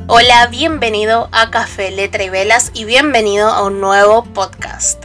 Hola, bienvenido a Café, Letra y Velas y bienvenido a un nuevo podcast.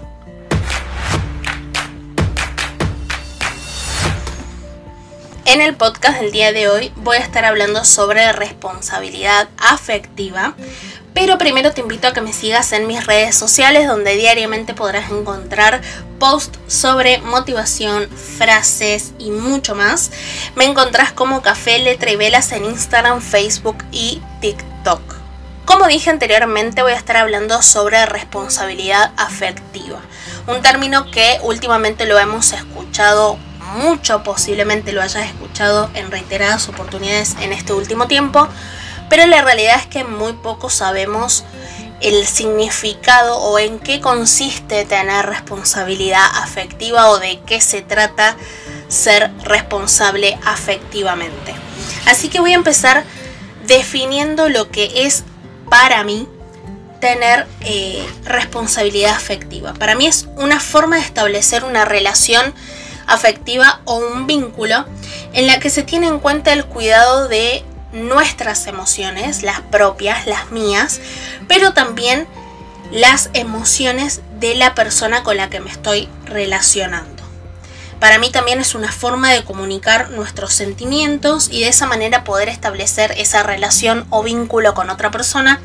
En el podcast del día de hoy voy a estar hablando sobre responsabilidad afectiva, pero primero te invito a que me sigas en mis redes sociales donde diariamente podrás encontrar posts sobre motivación, frases y mucho más. Me encontrás como Café, Letra y Velas en Instagram, Facebook y TikTok. Como dije anteriormente, voy a estar hablando sobre responsabilidad afectiva, un término que últimamente lo hemos escuchado mucho, posiblemente lo hayas escuchado en reiteradas oportunidades en este último tiempo, pero la realidad es que muy poco sabemos el significado o en qué consiste tener responsabilidad afectiva o de qué se trata ser responsable afectivamente. Así que voy a empezar definiendo lo que es para mí tener responsabilidad afectiva. Para mí es una forma de establecer una relación afectiva o un vínculo en la que se tiene en cuenta el cuidado de nuestras emociones, las propias, las mías, pero también las emociones de la persona con la que me estoy relacionando. Para mí también es una forma de comunicar nuestros sentimientos y de esa manera poder establecer esa relación o vínculo con otra persona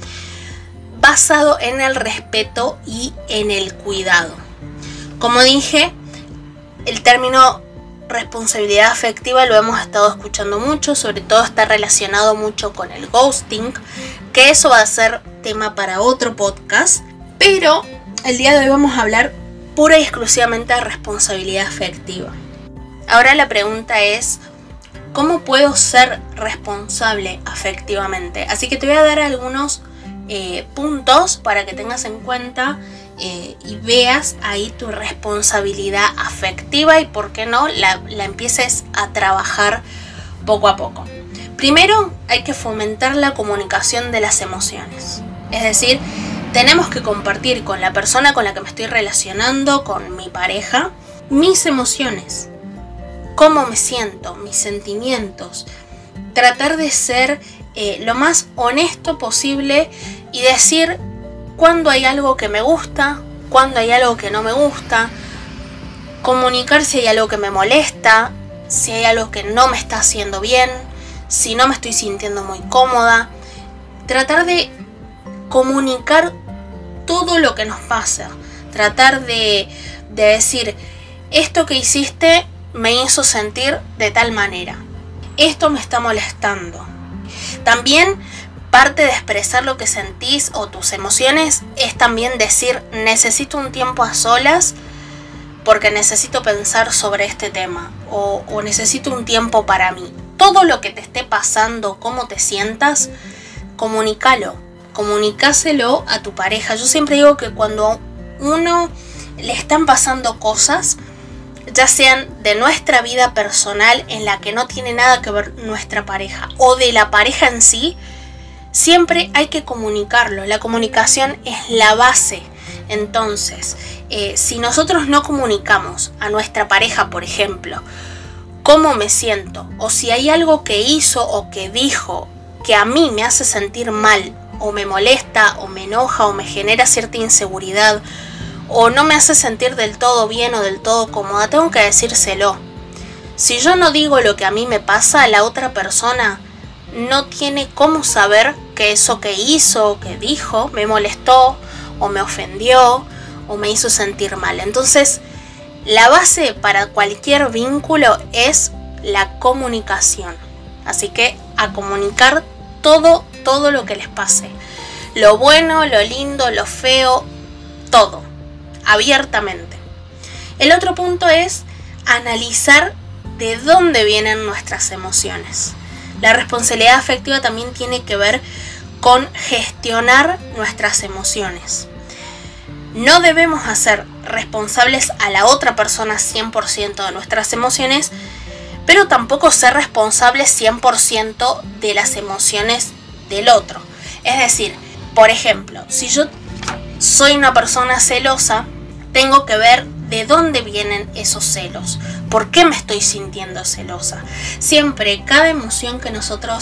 basado en el respeto y en el cuidado. Como dije, el término responsabilidad afectiva lo hemos estado escuchando mucho, sobre todo está relacionado mucho con el ghosting, que eso va a ser tema para otro podcast, pero el día de hoy vamos a hablar pura y exclusivamente de responsabilidad afectiva. Ahora la pregunta es, ¿cómo puedo ser responsable afectivamente? Así que te voy a dar algunos puntos para que tengas en cuenta y veas ahí tu responsabilidad afectiva y por qué no la empieces a trabajar poco a poco. Primero hay que fomentar la comunicación de las emociones, es decir, tenemos que compartir con la persona con la que me estoy relacionando, con mi pareja, mis emociones, cómo me siento, mis sentimientos, tratar de ser lo más honesto posible y decir cuando hay algo que me gusta, cuando hay algo que no me gusta, comunicar si hay algo que me molesta, si hay algo que no me está haciendo bien, si no me estoy sintiendo muy cómoda, tratar de comunicar todo lo que nos pasa, tratar de decir, esto que hiciste me hizo sentir de tal manera, esto me está molestando. También parte de expresar lo que sentís o tus emociones es también decir, necesito un tiempo a solas porque necesito pensar sobre este tema o necesito un tiempo para mí. Todo lo que te esté pasando, cómo te sientas, comunicáselo a tu pareja. Yo siempre digo que cuando uno le están pasando cosas, ya sean de nuestra vida personal en la que no tiene nada que ver nuestra pareja o de la pareja en sí, siempre hay que comunicarlo. La comunicación es la base. Entonces, si nosotros no comunicamos a nuestra pareja, por ejemplo, cómo me siento, o si hay algo que hizo o que dijo que a mí me hace sentir mal, o me molesta, o me enoja, o me genera cierta inseguridad, o no me hace sentir del todo bien o del todo cómoda, tengo que decírselo. Si yo no digo lo que a mí me pasa, la otra persona no tiene cómo saber que eso que hizo o que dijo me molestó o me ofendió o me hizo sentir mal. Entonces, la base para cualquier vínculo es la comunicación. Así que a comunicar todo lo que les pase. Lo bueno, lo lindo, lo feo, todo. Abiertamente. El otro punto es analizar de dónde vienen nuestras emociones. La responsabilidad afectiva también tiene que ver con gestionar nuestras emociones. No debemos hacer responsables a la otra persona 100% de nuestras emociones, pero tampoco ser responsables 100% de las emociones del otro. Es decir, por ejemplo, si yo soy una persona celosa, tengo que ver de dónde vienen esos celos, por qué me estoy sintiendo celosa. Siempre, cada emoción que nosotros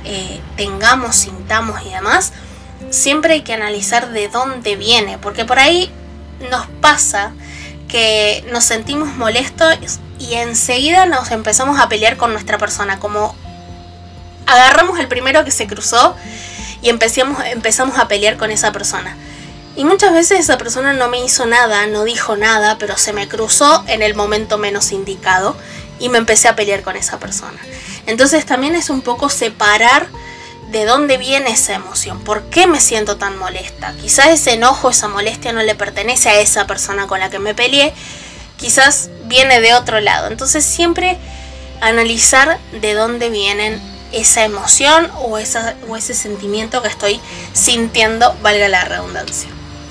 tengamos, sintamos y demás, siempre hay que analizar de dónde viene, porque por ahí nos pasa que nos sentimos molestos y enseguida nos empezamos a pelear con nuestra persona, como agarramos el primero que se cruzó y empezamos a pelear con esa persona. Y muchas veces esa persona no me hizo nada, no dijo nada, pero se me cruzó en el momento menos indicado y me empecé a pelear con esa persona. Entonces también es un poco separar de dónde viene esa emoción, por qué me siento tan molesta. Quizás ese enojo, esa molestia no le pertenece a esa persona con la que me peleé, quizás viene de otro lado. Entonces siempre analizar de dónde vienen esa emoción o ese sentimiento que estoy sintiendo, valga la redundancia.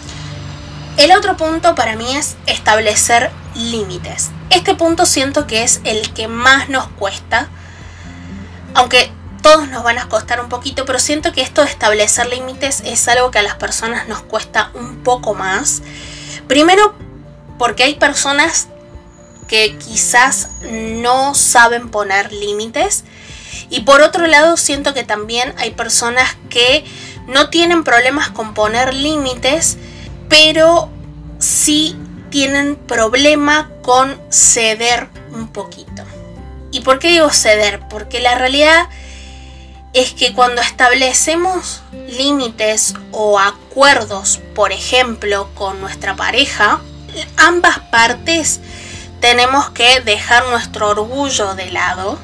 El otro punto para mí es establecer límites. Este punto siento que es el que más nos cuesta, aunque todos nos van a costar un poquito, pero siento que esto de establecer límites es algo que a las personas nos cuesta un poco más. Primero, porque hay personas que quizás no saben poner límites, y por otro lado siento que también hay personas que no tienen problemas con poner límites, pero sí tienen problema con ceder un poquito. ¿Y por qué digo ceder? Porque la realidad es que cuando establecemos límites o acuerdos, por ejemplo, con nuestra pareja, ambas partes tenemos que dejar nuestro orgullo de lado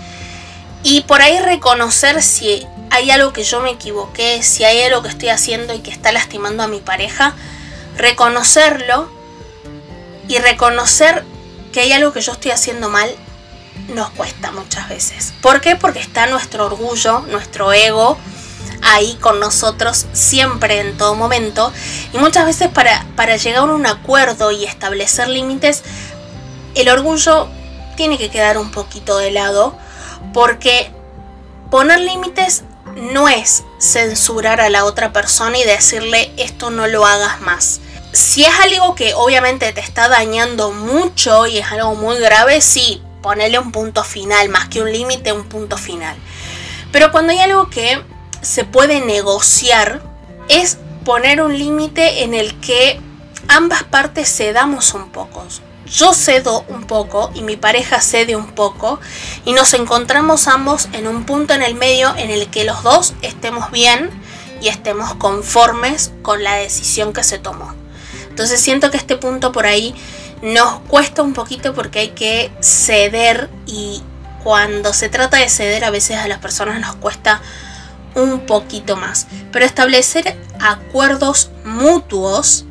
y por ahí reconocer si hay algo que yo me equivoqué, si hay algo que estoy haciendo y que está lastimando a mi pareja, reconocerlo y reconocer que hay algo que yo estoy haciendo mal nos cuesta muchas veces. ¿Por qué? Porque está nuestro orgullo, nuestro ego ahí con nosotros siempre, en todo momento, y muchas veces para llegar a un acuerdo y establecer límites, el orgullo tiene que quedar un poquito de lado, porque poner límites no es censurar a la otra persona y decirle esto no lo hagas más. Si es algo que obviamente te está dañando mucho y es algo muy grave, sí, ponerle un punto final, más que un límite, un punto final. Pero cuando hay algo que se puede negociar, es poner un límite en el que ambas partes cedamos un poco. Yo cedo un poco y mi pareja cede un poco y nos encontramos ambos en un punto en el medio en el que los dos estemos bien y estemos conformes con la decisión que se tomó. Entonces siento que este punto por ahí nos cuesta un poquito porque hay que ceder, y cuando se trata de ceder a veces a las personas nos cuesta un poquito más. Pero establecer acuerdos mutuos,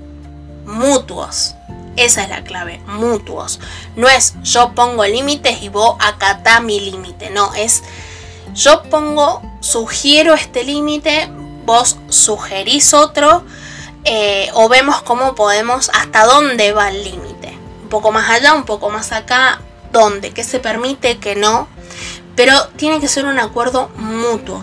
esa es la clave, mutuos. No es yo pongo límites y vos acatá mi límite, no, es yo sugiero este límite, vos sugerís otro, o vemos cómo podemos, hasta dónde va el límite. Un poco más allá, un poco más acá, dónde, qué se permite, qué no. Pero tiene que ser un acuerdo mutuo.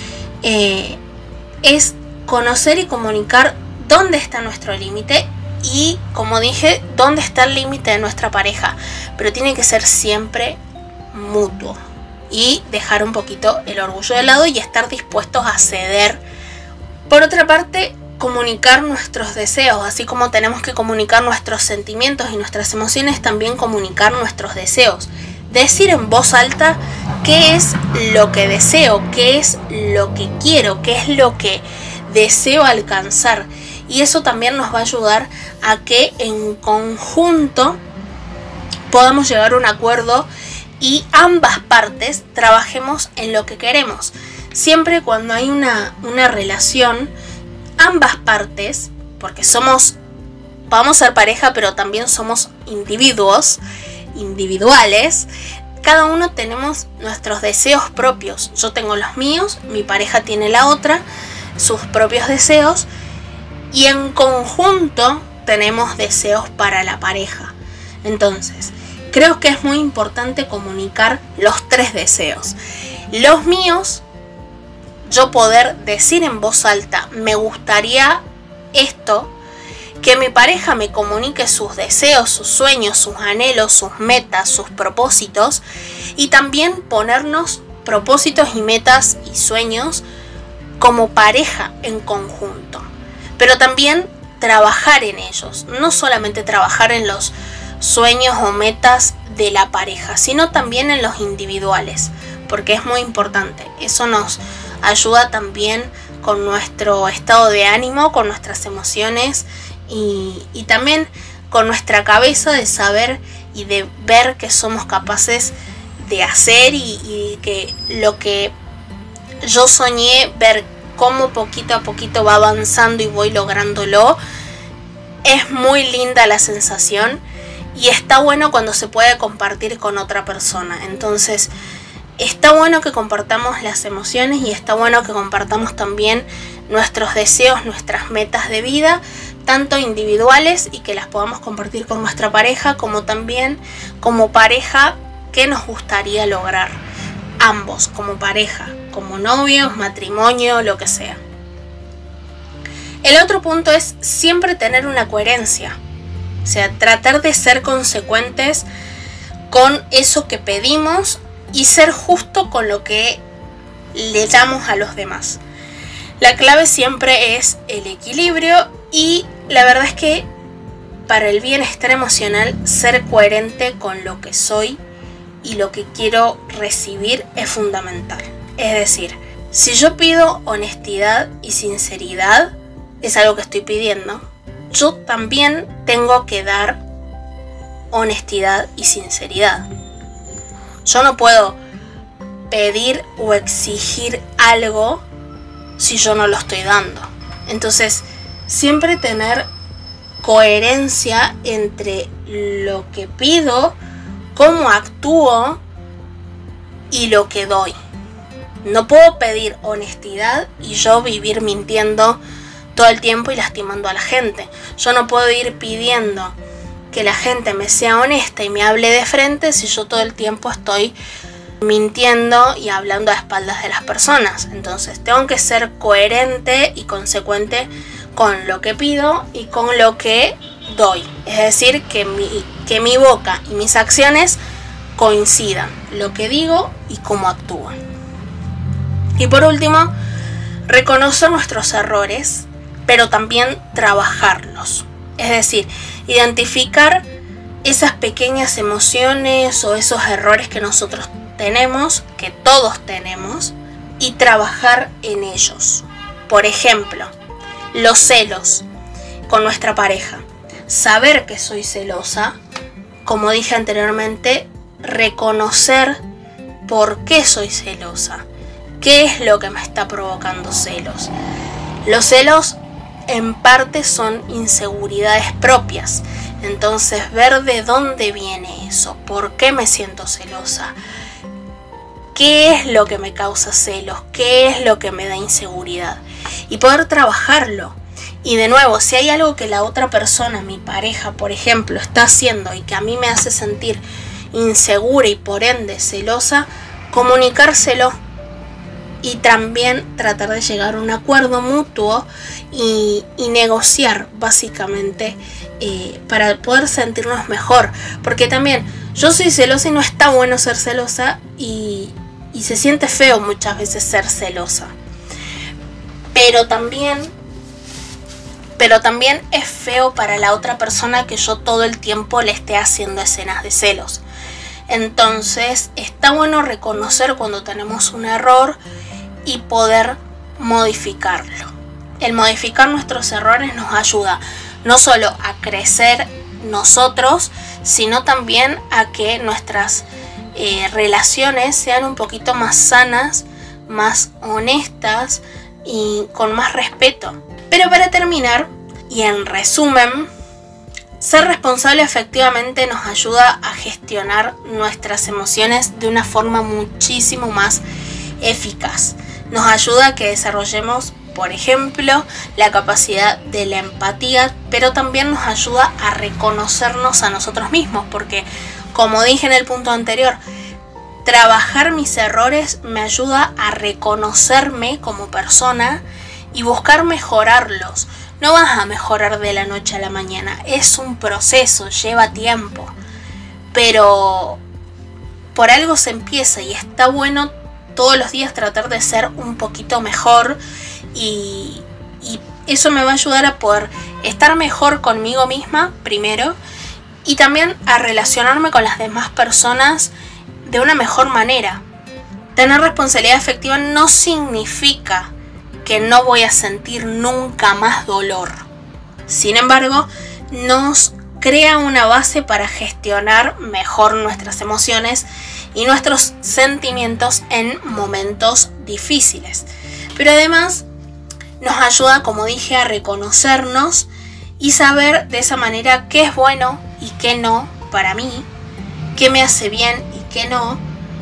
Es conocer y comunicar dónde está nuestro límite y, como dije, dónde está el límite de nuestra pareja. Pero tiene que ser siempre mutuo. Y dejar un poquito el orgullo de lado y estar dispuestos a ceder. Por otra parte, comunicar nuestros deseos, así como tenemos que comunicar nuestros sentimientos y nuestras emociones, también comunicar nuestros deseos. Decir en voz alta qué es lo que deseo, qué es lo que quiero, qué es lo que deseo alcanzar. Y eso también nos va a ayudar a que en conjunto podamos llegar a un acuerdo y ambas partes trabajemos en lo que queremos. Siempre cuando hay una relación, ambas partes, porque podemos ser pareja, pero también somos individuales, cada uno tenemos nuestros deseos propios. Yo tengo los míos, mi pareja tiene la otra, sus propios deseos, y en conjunto tenemos deseos para la pareja. Entonces, creo que es muy importante comunicar los tres deseos. Los míos, yo poder decir en voz alta, me gustaría esto, que mi pareja me comunique sus deseos, sus sueños, sus anhelos, sus metas, sus propósitos, y también ponernos propósitos y metas y sueños como pareja en conjunto, pero también trabajar en ellos, no solamente trabajar en los sueños o metas de la pareja, sino también en los individuales, porque es muy importante. Eso nos ayuda también con nuestro estado de ánimo, con nuestras emociones y también con nuestra cabeza, de saber y de ver que somos capaces de hacer y que lo que yo soñé, ver cómo poquito a poquito va avanzando y voy lográndolo. Es muy linda la sensación y está bueno cuando se puede compartir con otra persona. Entonces está bueno que compartamos las emociones y está bueno que compartamos también nuestros deseos, nuestras metas de vida, tanto individuales y que las podamos compartir con nuestra pareja, como también como pareja que nos gustaría lograr. Ambos, como pareja, como novios, matrimonio, lo que sea. El otro punto es siempre tener una coherencia. O sea, tratar de ser consecuentes con eso que pedimos y ser justo con lo que le damos a los demás. La clave siempre es el equilibrio y la verdad es que para el bienestar emocional ser coherente con lo que soy y lo que quiero recibir es fundamental. Es decir, si yo pido honestidad y sinceridad, es algo que estoy pidiendo, yo también tengo que dar honestidad y sinceridad. Yo no puedo pedir o exigir algo si yo no lo estoy dando. Entonces, siempre tener coherencia entre lo que pido, cómo actúo y lo que doy. No puedo pedir honestidad y yo vivir mintiendo todo el tiempo y lastimando a la gente. Yo no puedo ir pidiendo que la gente me sea honesta y me hable de frente si yo todo el tiempo estoy mintiendo y hablando a espaldas de las personas. Entonces tengo que ser coherente y consecuente con lo que pido y con lo que doy. Es decir, que mi boca y mis acciones coincidan, lo que digo y cómo actúo. Y por último, reconocer nuestros errores, pero también trabajarlos. Es decir, identificar esas pequeñas emociones o esos errores que nosotros tenemos, que todos tenemos, y trabajar en ellos. Por ejemplo, los celos con nuestra pareja. Saber que soy celosa, como dije anteriormente, reconocer por qué soy celosa. ¿Qué es lo que me está provocando celos? Los celos en parte son inseguridades propias. Entonces, ver de dónde viene eso, por qué me siento celosa, qué es lo que me causa celos, qué es lo que me da inseguridad y poder trabajarlo. Y de nuevo, si hay algo que la otra persona, mi pareja, por ejemplo, está haciendo y que a mí me hace sentir insegura y por ende celosa, comunicárselo y también tratar de llegar a un acuerdo mutuo y negociar básicamente para poder sentirnos mejor. Porque también yo soy celosa y no está bueno ser celosa y se siente feo muchas veces ser celosa. Pero también es feo para la otra persona que yo todo el tiempo le esté haciendo escenas de celos. Entonces está bueno reconocer cuando tenemos un error y poder modificarlo. El modificar nuestros errores nos ayuda no solo a crecer nosotros, sino también a que nuestras relaciones sean un poquito más sanas, más honestas y con más respeto. Pero para terminar, y en resumen, ser responsable efectivamente nos ayuda a gestionar nuestras emociones de una forma muchísimo más eficaz. Nos ayuda a que desarrollemos, por ejemplo, la capacidad de la empatía, pero también nos ayuda a reconocernos a nosotros mismos, porque, como dije en el punto anterior, trabajar mis errores me ayuda a reconocerme como persona y buscar mejorarlos. No vas a mejorar de la noche a la mañana, es un proceso, lleva tiempo, pero por algo se empieza y está bueno todos los días tratar de ser un poquito mejor y eso me va a ayudar a poder estar mejor conmigo misma primero y también a relacionarme con las demás personas de una mejor manera. Tener responsabilidad afectiva no significa que no voy a sentir nunca más dolor. Sin embargo, nos crea una base para gestionar mejor nuestras emociones y nuestros sentimientos en momentos difíciles. Pero además nos ayuda, como dije, a reconocernos y saber de esa manera qué es bueno y qué no para mí, qué me hace bien y qué no.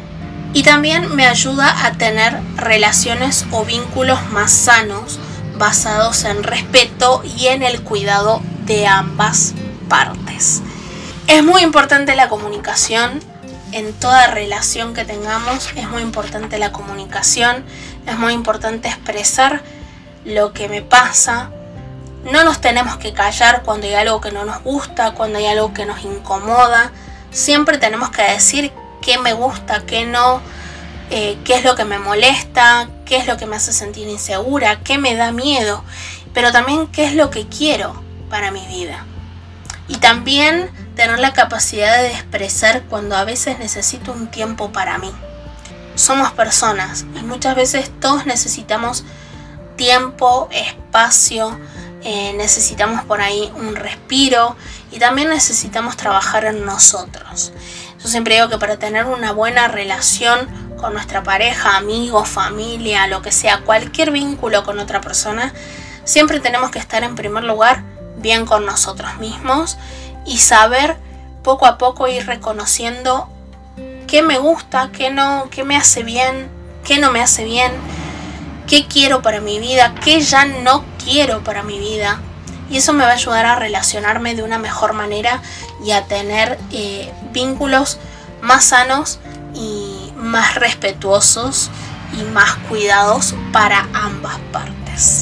Y también me ayuda a tener relaciones o vínculos más sanos, basados en respeto y en el cuidado de ambas partes. Es muy importante la comunicación en toda relación que tengamos. Es muy importante la comunicación, es muy importante expresar lo que me pasa. No nos tenemos que callar cuando hay algo que no nos gusta, cuando hay algo que nos incomoda. Siempre tenemos que decir qué me gusta, qué no, qué es lo que me molesta, qué es lo que me hace sentir insegura, qué me da miedo, pero también qué es lo que quiero para mi vida. Y también tener la capacidad de expresar cuando a veces necesito un tiempo para mí. Somos personas y muchas veces todos necesitamos tiempo, espacio, necesitamos por ahí un respiro y también necesitamos trabajar en nosotros. Yo siempre digo que para tener una buena relación con nuestra pareja, amigos, familia, lo que sea, cualquier vínculo con otra persona, siempre tenemos que estar en primer lugar bien con nosotros mismos y saber poco a poco ir reconociendo qué me gusta, qué no, qué me hace bien, qué no me hace bien, qué quiero para mi vida, qué ya no quiero para mi vida. Y eso me va a ayudar a relacionarme de una mejor manera y a tener vínculos más sanos y más respetuosos y más cuidados para ambas partes.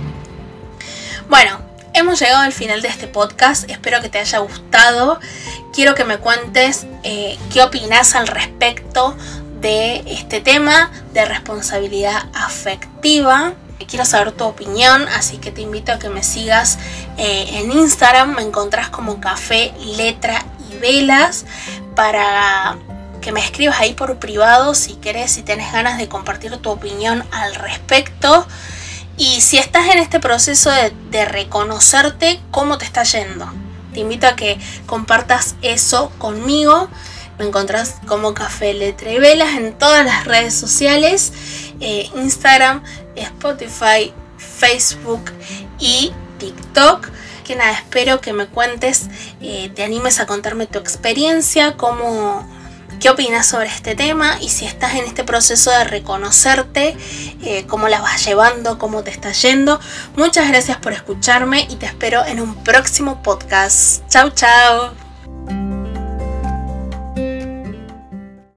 Bueno, hemos llegado al final de este podcast. Espero que te haya gustado. Quiero que me cuentes qué opinas al respecto de este tema de responsabilidad afectiva. Quiero saber tu opinión, así que te invito a que me sigas en Instagram. Me encontrás como Café, Letra y Velas, para que me escribas ahí por privado si querés, si tenés ganas de compartir tu opinión al respecto. Y si estás en este proceso de reconocerte, ¿cómo te está yendo? Te invito a que compartas eso conmigo. Me encontrás como Café, Letra y Velas en todas las redes sociales, Instagram, Spotify, Facebook y TikTok. Que nada, espero que me cuentes, te animes a contarme tu experiencia, qué opinas sobre este tema y si estás en este proceso de reconocerte, cómo la vas llevando, cómo te está yendo. Muchas gracias por escucharme y te espero en un próximo podcast. Chau, chau.